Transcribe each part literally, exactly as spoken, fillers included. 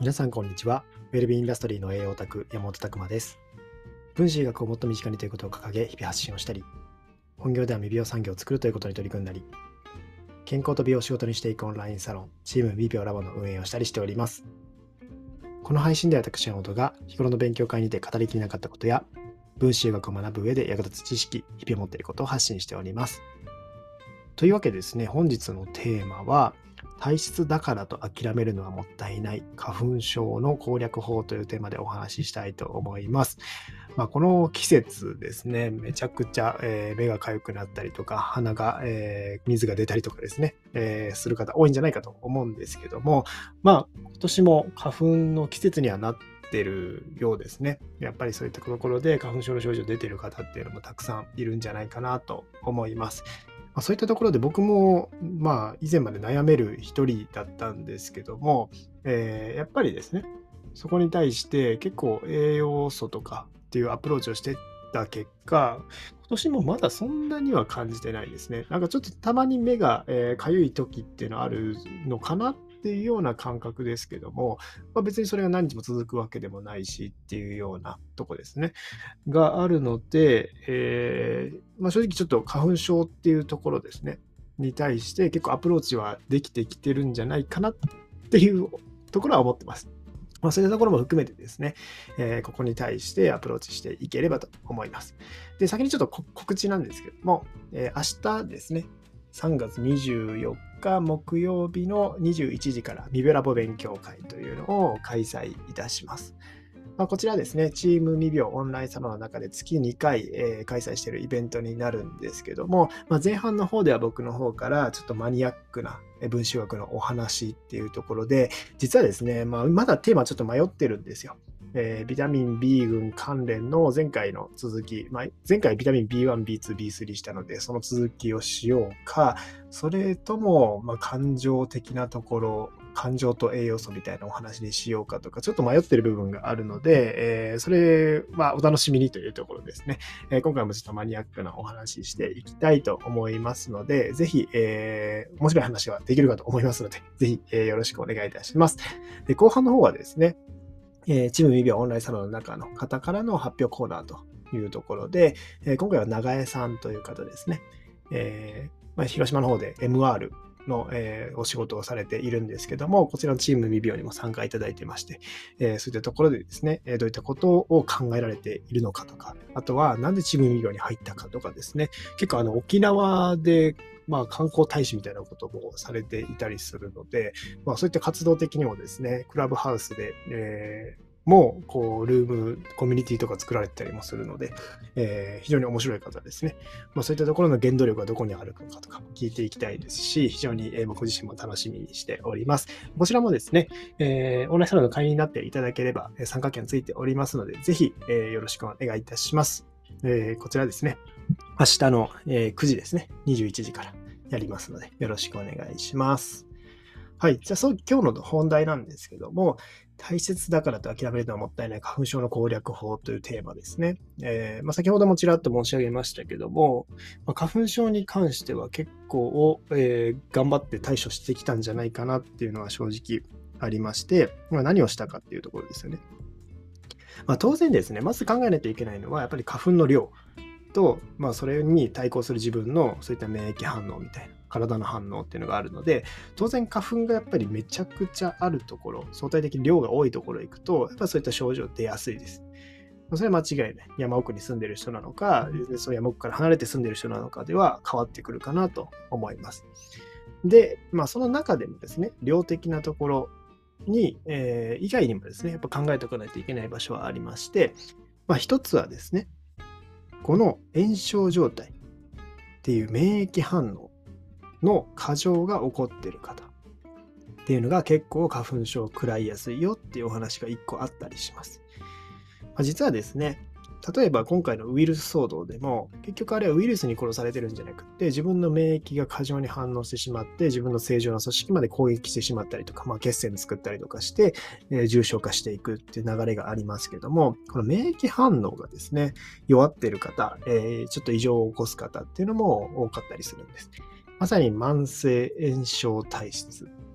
皆さんこんにちは。ウェルビーインダストリーの栄養オタク山本拓馬です。分子医学をもっと身近にということを掲げ日々発信をしたり、本業では未美容産業を作るということに取り組んだり、健康と美容を仕事にしていくオンラインサロンチーム未病ラボの運営をしたりしております。この配信では私山本が日頃の勉強会にて語りきれなかったことや分子医学を学ぶ上で役立つ知識、日々持っていることを発信しております。というわけでですね、本日のテーマは体質だからと諦めるのはもったいない花粉症の攻略法というテーマでお話ししたいと思います。まあ、この季節ですね、めちゃくちゃ、えー目が痒くなったりとか、鼻が、えー水が出たりとかですね、えーする方多いんじゃないかと思うんですけども、まあ、今年も花粉の季節にはなってるようですね。やっぱりそういったところで花粉症の症状出てる方っていうのもたくさんいるんじゃないかなと思います。まあ、そういったところで僕も、まあ、以前まで悩める一人だったんですけども、えーやっぱりですね、そこに対して結構栄養素とかっていうアプローチをしてた結果、今年もまだそんなには感じてないですね。なんかちょっとたまに目が、えー、かゆい時っていうのはあるのかなっていうような感覚ですけども、まあ、別にそれが何日も続くわけでもないしっていうようなとこですね。があるので、えーまあ、正直ちょっと花粉症っていうところですね、に対して結構アプローチはできてきてるんじゃないかなっていうところは思ってます。まあ、そういったところも含めてですね、えーここに対してアプローチしていければと思います。で、先にちょっとこ告知なんですけども、えー明日ですね、さんがつにじゅうよっか木曜日のにじゅういちじからミベラボ勉強会というのを開催いたします。まあ、こちらですね、チーム未病オンラインサロンの中で月にかい、えー開催しているイベントになるんですけども、まあ、前半の方では僕の方からちょっとマニアックなえー分子学のお話っていうところで、実はですね、まあ、まだテーマちょっと迷ってるんですよ。えービタミン B 群関連の前回の続き、まあ、前回ビタミン ビーワン、ビーツー、ビースリー したので、その続きをしようか、それとも、まあ、感情的なところ、感情と栄養素みたいなお話にしようかとか、ちょっと迷ってる部分があるので、えーそれはお楽しみにというところですね。えー今回もちょっとマニアックなお話ししていきたいと思いますので、ぜひ、えー面白い話はできるかと思いますので、ぜひ、えーよろしくお願いいたします。で、後半の方はですね、えーチーム未病オンラインサロンの中の方からの発表コーナーというところで、えー今回は長江さんという方ですね。えーまあ、広島の方で エムアール の、えーお仕事をされているんですけども、こちらのチーム未病にも参加いただいてまして、えーそういったところでですね、えーどういったことを考えられているのかとか、あとはなんでチーム未病に入ったかとかですね、結構あの沖縄でまあ、観光大使みたいなこともされていたりするので、まあ、そういった活動的にもですね、クラブハウスで、えーもう、こう、ルーム、コミュニティとか作られてたりもするので、えー非常に面白い方ですね。まあ、そういったところの原動力がどこにあるのかとかも聞いていきたいですし、非常に、えー僕自身も楽しみにしております。こちらもですね、えーオンラインサロンの会員になっていただければ、えー参加券ついておりますので、ぜひ、えーよろしくお願いいたします。えーこちらですね、明日の、えーくじですね、にじゅういちじからやりますので、よろしくお願いします。はい。じゃあ、そう、今日の本題なんですけども、大切だからと諦めるのはもったいない花粉症の攻略法というテーマですね。えーまあ、先ほどもちらっと申し上げましたけども、まあ、花粉症に関しては結構、えー頑張って対処してきたんじゃないかなっていうのは正直ありまして、まあ、何をしたかっていうところですよね。まあ、当然ですね、まず考えないといけないのは、やっぱり花粉の量と、まあ、それに対抗する自分のそういった免疫反応みたいな、体の反応っていうのがあるので、当然花粉がやっぱりめちゃくちゃあるところ、相対的に量が多いところへ行くと、やっぱそういった症状出やすいです。それは間違いない。山奥に住んでる人なのか、そう山奥から離れて住んでる人なのかでは変わってくるかなと思います。で、まあ、その中でもですね、量的なところに、えー以外にもですね、やっぱ考えておかないといけない場所はありまして、まあ、一つはですね、この炎症状態っていう免疫反応の過剰が起こっている方っていうのが結構花粉症を食らいやすいよっていうお話が一個あったりします。まあ、実はですね、例えば今回のウイルス騒動でも結局あれはウイルスに殺されてるんじゃなくて自分の免疫が過剰に反応してしまって自分の正常な組織まで攻撃してしまったりとか、まあ、血栓作ったりとかして、えー重症化していくっていう流れがありますけども、この免疫反応がですね弱っている方、えーちょっと異常を起こす方っていうのも多かったりするんです。まさに慢性炎症体質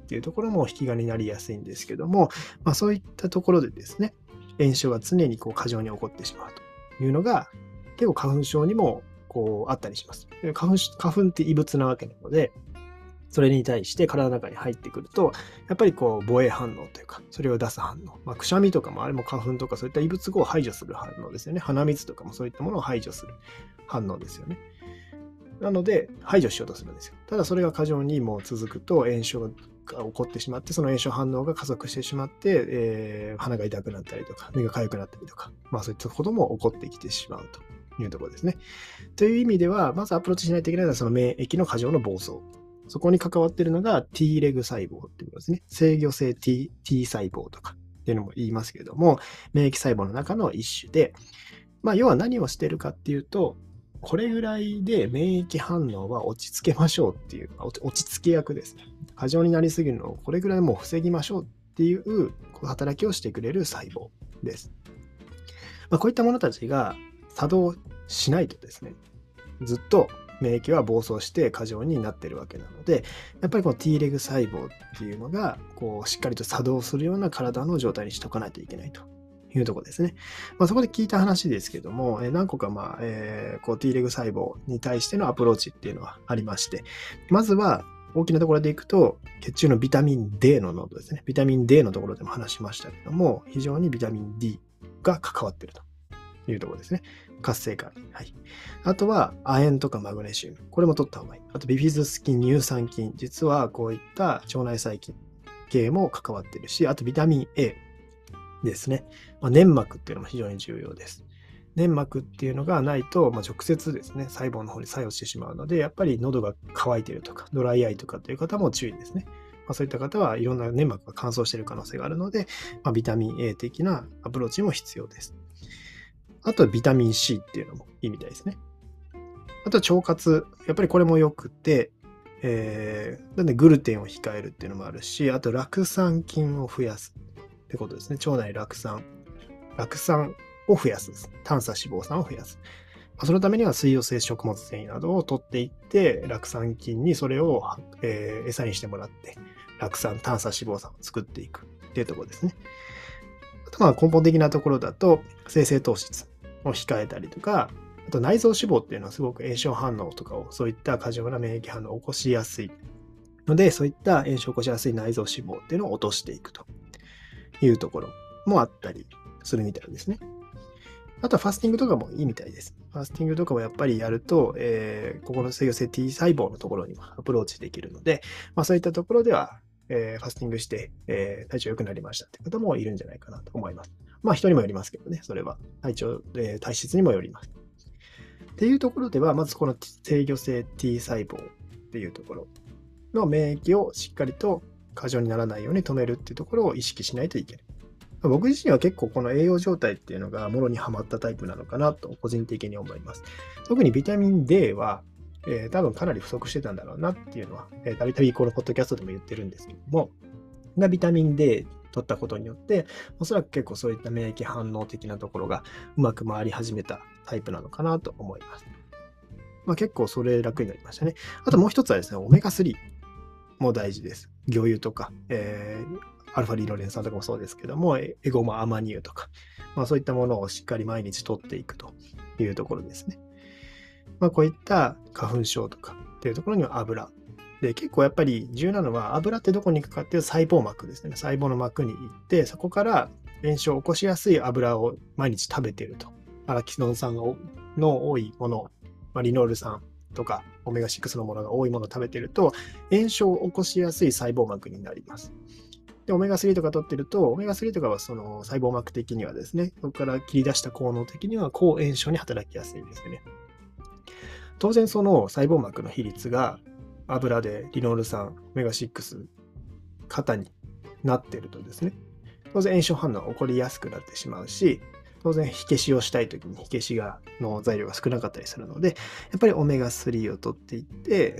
っていうところも引き金になりやすいんですけども、まあ、そういったところでですね、炎症が常にこう過剰に起こってしまうというのが、結構花粉症にもこうあったりします。花粉、花粉って異物なわけなので、それに対して体の中に入ってくると、やっぱりこう防衛反応というか、それを出す反応。まあ、くしゃみとかもあれも花粉とかそういった異物を排除する反応ですよね。鼻水とかもそういったものを排除する反応ですよね。なので、排除しようとするんですよ。ただそれが過剰にもう続くと炎症が起こってしまって、その炎症反応が加速してしまって、えー、鼻が痛くなったりとか、目が痒くなったりとか、まあそういったことも起こってきてしまうというところですね。という意味では、まずアプローチしないといけないのはその免疫の過剰の暴走。そこに関わっているのが T レグ細胞っていうことですね。制御性 T, T 細胞とかっていうのも言いますけれども、免疫細胞の中の一種で、まあ要は何をしているかっていうと、これぐらいで免疫反応は落ち着けましょうっていう、落ち着け役ですね。過剰になりすぎるのをこれぐらいもう防ぎましょうっていう働きをしてくれる細胞です。まあ、こういったものたちが作動しないとですね、ずっと免疫は暴走して過剰になっているわけなので、やっぱりこの T レグ細胞っていうのがこうしっかりと作動するような体の状態にしておかないといけないというところですね。まあ、そこで聞いた話ですけども、何個か、まあえー、こう T レグ細胞に対してのアプローチっていうのはありまして、まずは大きなところでいくと、血中のビタミン D の濃度ですね。ビタミン D のところでも話しましたけども、非常にビタミン D が関わっているというところですね。活性化。はい。あとは、亜鉛とかマグネシウム。これも取った方がいい。あと、ビフィズス菌、乳酸菌。実は、こういった腸内細菌系も関わっているし、あと、ビタミン A ですね。まあ、粘膜っていうのも非常に重要です。粘膜っていうのがないと、まあ、直接ですね、細胞の方に作用してしまうので、やっぱり喉が渇いているとか、ドライアイとかっていう方も注意ですね。まあ、そういった方はいろんな粘膜が乾燥している可能性があるので、まあ、ビタミン A 的なアプローチも必要です。あとはビタミン C っていうのもいいみたいですね。あとは腸活。やっぱりこれもよくて、えー、なんでグルテンを控えるっていうのもあるし、あと酪酸菌を増やすってことですね。腸内酪酸。酪酸を増やすです。短鎖脂肪酸を増やす。そのためには水溶性食物繊維などを取っていって、酪酸菌にそれを、えー、餌にしてもらって、酪酸、短鎖脂肪酸を作っていくっていうところですね。あとまあ根本的なところだと、精製糖質を控えたりとか、あと内臓脂肪っていうのはすごく炎症反応とかを、そういった過剰な免疫反応を起こしやすいので、そういった炎症を起こしやすい内臓脂肪っていうのを落としていくというところもあったりするみたいですね。あとはファスティングとかもいいみたいです。ファスティングとかもやっぱりやると、えー、ここの制御性 T 細胞のところにもアプローチできるので、まあ、そういったところでは、えー、ファスティングして、えー、体調良くなりましたって方もいるんじゃないかなと思います。まあ人にもよりますけどね、それは。体調、えー、体質にもよります。っていうところでは、まずこの制御性 T 細胞っていうところの免疫をしっかりと過剰にならないように止めるっていうところを意識しないといけない。僕自身は結構この栄養状態っていうのがもろにはまったタイプなのかなと個人的に思います。特にビタミン D は、えー、多分かなり不足してたんだろうなっていうのは、たびたびこのポッドキャストでも言ってるんですけども、がビタミン D 取ったことによって、おそらく結構そういった免疫反応的なところがうまく回り始めたタイプなのかなと思います。まあ、結構それ楽になりましたね。あともう一つはですね、オメガスリーも大事です。魚油とか、えーアルファリノレン酸とかもそうですけども、エゴマアマニ油とか、まあ、そういったものをしっかり毎日取っていくというところですね。まあ、こういった花粉症とかっていうところには油。で、結構やっぱり重要なのは油ってどこに行くかっていう細胞膜ですね。細胞の膜に行って、そこから炎症を起こしやすい油を毎日食べていると。アラキドン酸の多いもの、まあ、リノール酸とかオメガシックスのものが多いものを食べていると、炎症を起こしやすい細胞膜になります。で、オメガスリーとか取ってると、オメガスリーとかはその細胞膜的にはですね、そこから切り出した効能的には抗炎症に働きやすいんですよね。当然その細胞膜の比率が油でリノール酸、オメガシックス、肩になってるとですね、当然炎症反応が起こりやすくなってしまうし、当然火消しをしたいときに火消しがの材料が少なかったりするので、やっぱりオメガスリーを取っていって、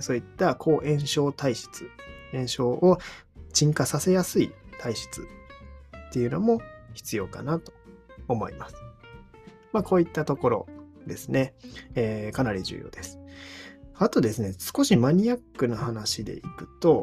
そういった抗炎症体質、炎症を沈下させやすい体質っていうのも必要かなと思います。まあこういったところですね、えー、かなり重要です。あとですね、少しマニアックな話でいくと、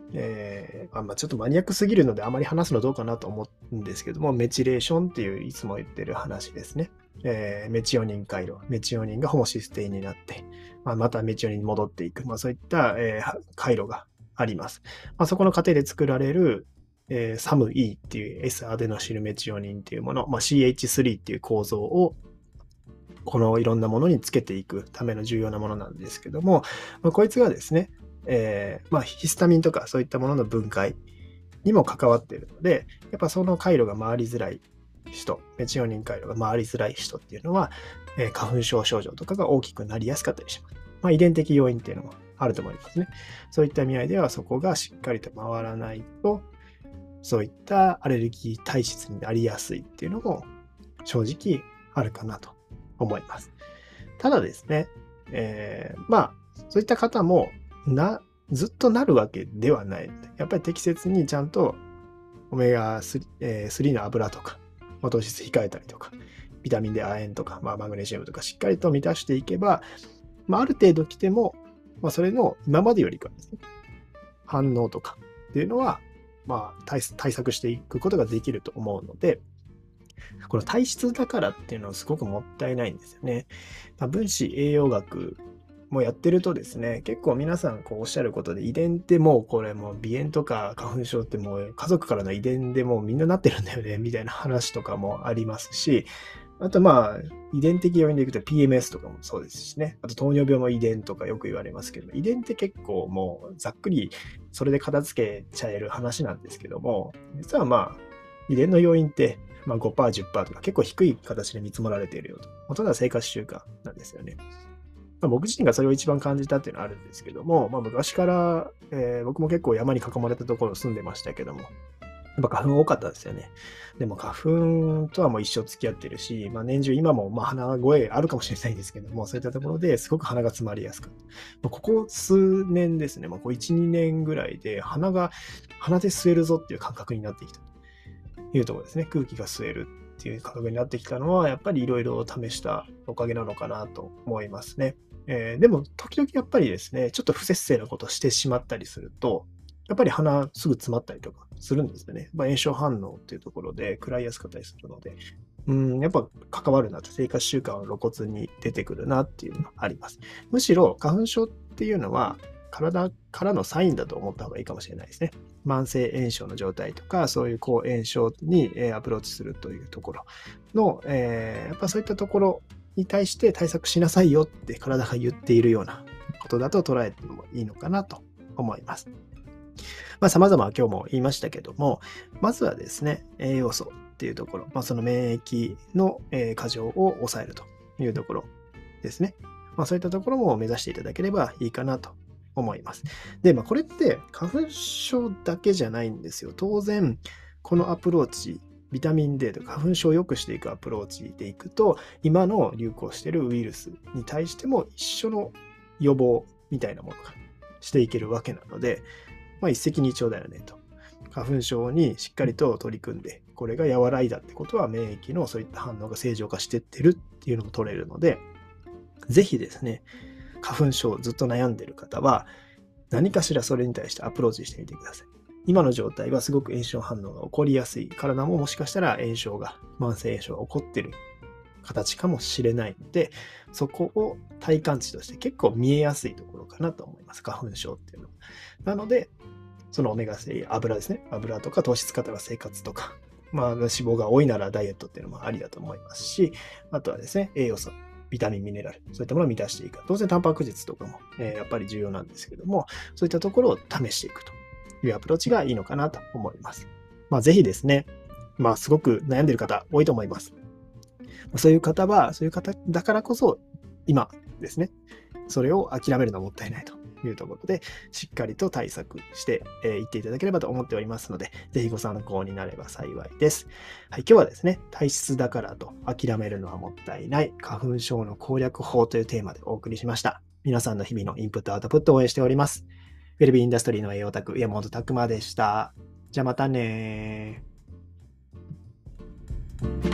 えー、あまあ、ちょっとマニアックすぎるのであまり話すのどうかなと思うんですけども、メチレーションっていういつも言ってる話ですね。えー、メチオニン回路、メチオニンがホモシステインになって、まあ、またメチオニンに戻っていく、まあ、そういった、えー回路があります。まあ、そこの過程で作られる、えー、サム E っていう S アデノシルメチオニンっていうもの、まあ、シーエイチスリー っていう構造をこのいろんなものにつけていくための重要なものなんですけども、まあ、こいつがですね、えーまあ、ヒスタミンとかそういったものの分解にも関わっているので、やっぱその回路が回りづらい人、メチオニン回路が回りづらい人っていうのは、えー、花粉症症状とかが大きくなりやすかったりします。まあ、遺伝的要因っていうのもあると思いますね。そういった意味合いではそこがしっかりと回らないと、そういったアレルギー体質になりやすいっていうのも正直あるかなと思います。ただですね、えー、まあ、そういった方もな、ずっとなるわけではない。やっぱり適切にちゃんとオメガスリー、えー、スリーの油とか、糖質控えたりとか、ビタミンで亜鉛とか、まあ、マグネシウムとかしっかりと満たしていけば、まあ、ある程度来ても、まあ、それの今までよりかですね、反応とかっていうのは、まあ対、対策していくことができると思うので、この体質だからっていうのはすごくもったいないんですよね。まあ、分子栄養学もやってるとですね、結構皆さんこうおっしゃることで、遺伝ってもうこれもう鼻炎とか花粉症ってもう家族からの遺伝でもうみんななってるんだよね、みたいな話とかもありますし、あとまあ、遺伝的要因でいくと ピーエムエス とかもそうですしね。あと糖尿病も遺伝とかよく言われますけど、遺伝って結構もうざっくりそれで片付けちゃえる話なんですけども、実はまあ、遺伝の要因ってまあ ごパーセント、じゅっパーセント とか結構低い形で見積もられているよと。ほとんどは生活習慣なんですよね。まあ、僕自身がそれを一番感じたっていうのはあるんですけども、まあ、昔から、えー、僕も結構山に囲まれたところ住んでましたけども、やっぱ花粉多かったですよね。でも花粉とはもう一生付き合ってるし、まあ、年中今もまあ鼻声あるかもしれないんですけども、そういったところですごく鼻が詰まりやすかった。まあ、ここ数年ですね、まあ、こういち、にねんぐらいで鼻が、鼻で吸えるぞっていう感覚になってきたというところですね。空気が吸えるっていう感覚になってきたのは、やっぱりいろいろ試したおかげなのかなと思いますね。えー、でも、時々やっぱりですね、ちょっと不節制なことをしてしまったりすると、やっぱり鼻すぐ詰まったりとかするんですよね。まあ、炎症反応っていうところで食らいやすかったりするので、うん、やっぱ関わるなと、生活習慣は露骨に出てくるなっていうのがあります。むしろ花粉症っていうのは、体からのサインだと思った方がいいかもしれないですね。慢性炎症の状態とか、そういう抗炎症にアプローチするというところの、えー、やっぱそういったところに対して対策しなさいよって体が言っているようなことだと捉えてもいいのかなと思います。まあ、様々今日も言いましたけども、まずはですね、栄養素っていうところ、まあ、その免疫の過剰を抑えるというところですね。まあ、そういったところも目指していただければいいかなと思います。で、まあ、これって花粉症だけじゃないんですよ。当然、このアプローチ、ビタミン ディー とか花粉症を良くしていくアプローチでいくと、今の流行しているウイルスに対しても一緒の予防みたいなものがしていけるわけなので、まあ、一石二鳥だよねと。花粉症にしっかりと取り組んで、これが和らいだってことは免疫のそういった反応が正常化していってるっていうのも取れるので、ぜひですね、花粉症ずっと悩んでる方は、何かしらそれに対してアプローチしてみてください。今の状態はすごく炎症反応が起こりやすい。体ももしかしたら炎症が、慢性炎症が起こってる形かもしれないので、そこを体感値として結構見えやすいところかなと思います。花粉症っていうのは。なので、そのオメガスリー、油ですね。油とか糖質過多な生活とか、まあ脂肪が多いならダイエットっていうのもありだと思いますし、あとはですね、栄養素、ビタミン、ミネラル、そういったものを満たしていく。当然、タンパク質とかも、えー、やっぱり重要なんですけども、そういったところを試していくというアプローチがいいのかなと思います。まあ、ぜひですね、まあ、すごく悩んでいる方多いと思います。そういう方は、そういう方だからこそ、今ですね、それを諦めるのはもったいないというところで、しっかりと対策していっていただければと思っておりますので、ぜひご参考になれば幸いです。はい、今日はですね、体質だからと諦めるのはもったいない花粉症の攻略法というテーマでお送りしました。皆さんの日々のインプットアウトプットを応援しております。ウェルビーインダストリーの栄養オタク、山本拓馬でした。じゃあまたねー。